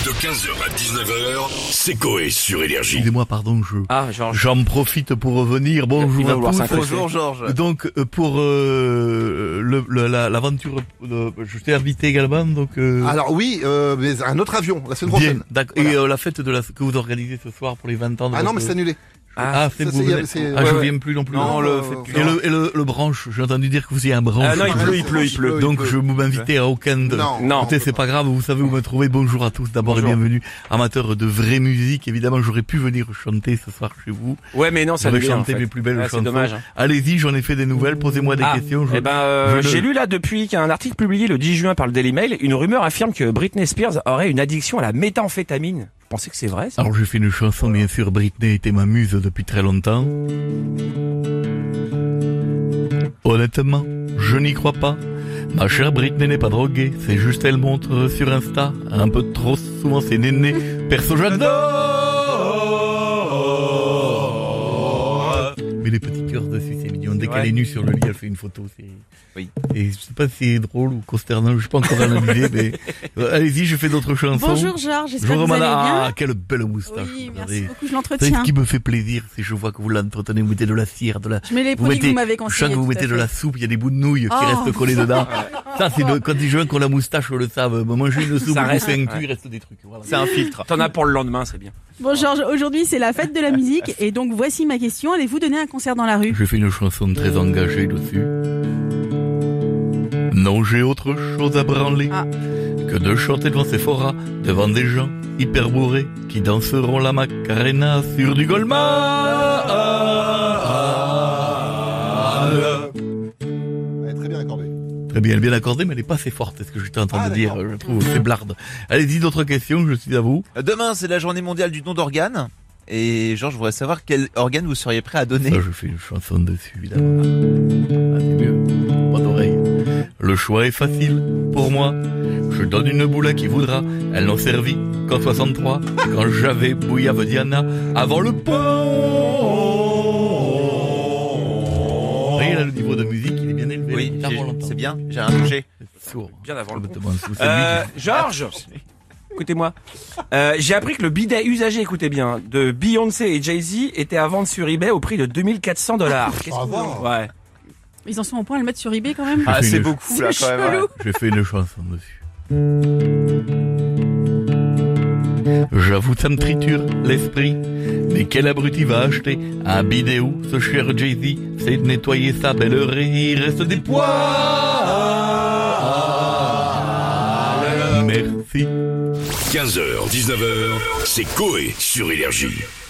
De 15h à 19h, c'est Coé sur Énergie. Excusez-moi, pardon, Georges. j'en profite pour revenir. Il Bonjour va vouloir à tous. s'incruster. Bonjour Georges. Donc, pour l'aventure, je t'ai invité également, donc... Alors oui, mais un autre avion, la semaine bien, prochaine. d'accord. Voilà. Et la fête que vous organisez ce soir pour les 20 ans de Ah non, votre- mais c'est annulé. Ah, c'est ça, vous. c'est- Ah, je ouais. viens plus non plus. Non, le le fait fait plus. Et le branche, j'ai entendu dire que vous y avez un branche. Ah non, il pleut. Donc je vous m'invitez à aucun de... Non. Non. Écoutez, c'est pas grave, vous savez où me trouver. Bonjour à tous, d'abord Bonjour. et bienvenue. Amateurs de vraie musique, évidemment, j'aurais pu venir chanter ce soir chez vous. Ouais, mais non, ça J'aurais lui vient, en chanté fait. mes plus belles Ah, chansons. c'est dommage. Hein. Allez-y, j'en ai fait des nouvelles, posez-moi des questions. Eh ben, je j'ai le- lu là depuis qu'un article publié le 10 juin par le Daily Mail, une rumeur affirme que Britney Spears aurait une addiction à la méthamphétamine. Vous pensez que c'est vrai ça? Alors j'ai fait une chanson, bien sûr, Britney était ma muse depuis très longtemps. Honnêtement, je n'y crois pas. Ma chère Britney n'est pas droguée, c'est juste elle montre sur Insta un peu trop souvent ses nénés. Perso j'adore. Mais les petits cœurs dessus c'est mignon. Dès Ouais. qu'elle est nue sur le lit, elle fait une photo. Oui. Et je sais pas si c'est drôle ou consternant, je suis pas encore analysé, mais allez-y, je fais d'autres chansons. Bonjour Georges, j'espère que Bonjour vous allez madame. bien. Ah, quelle belle moustache. Oui, regardez. merci beaucoup, je Vous savez, l'entretiens. ce qui me fait plaisir, c'est que je vois que vous l'entretenez, vous mettez de la cire, de la... Je mets les produits que vous m'avez conseillés. chaque que vous tout à mettez de fait. la soupe, il y a des bouts de nouilles qui Oh. restent collés dedans. Ça, c'est quand les gens qui ont la moustache le savent. Manger une soupe, Ça vous reste, fait un cul, ouais. il reste des trucs. Voilà. C'est un filtre. T'en as pour le lendemain, c'est bien. Bon Georges, aujourd'hui c'est la fête de la musique et donc voici ma question. Allez-vous donner un concert dans la rue? Je fais une chanson très engagée dessus. Non, j'ai autre chose à branler Ah. que de chanter devant Sephora, devant des gens hyper bourrés qui danseront la Macarena sur du Goldman. Elle est très bien accordée. Très bien, elle est bien accordée, mais elle est pas assez forte, c'est ce que j'étais en train Ah, de dire, d'accord. je trouve, c'est blarde. Allez-y, d'autres questions, je suis à vous. Demain, c'est la journée mondiale du don d'organes. Et Georges, je voudrais savoir quel organe vous seriez prêt à donner. Ça, je fais une chanson dessus, évidemment. Ah, c'est mieux, pas d'oreille. Le choix est facile, pour moi. Je donne une boule à qui voudra, elle n'en servit qu'en 63, quand j'avais Bouillave Diana, avant le pont. Vous voyez, là, le niveau de musique, il est bien élevé. Oui, La guitare, on l'entend. c'est bien, j'ai rien touché. C'est sourd. Bien avant le Complètement sous, c'est lui qui- Georges, écoutez-moi. J'ai appris que le bidet usagé, écoutez bien, de Beyoncé et Jay-Z était à vendre sur eBay au prix de $2400. Qu'est-ce que vous... Ouais. Ils en sont au point à le mettre sur eBay quand même. Ah, fait c'est une- beaucoup là C'est quand même. chelou. J'ai fait une chanson dessus. J'avoue, ça me triture l'esprit. Mais quel abruti va acheter un bidéo, ce cher Jay-Z? C'est de nettoyer sa belle raie, il reste des poils. Merci. 15h, 19h, c'est Coé sur Énergie.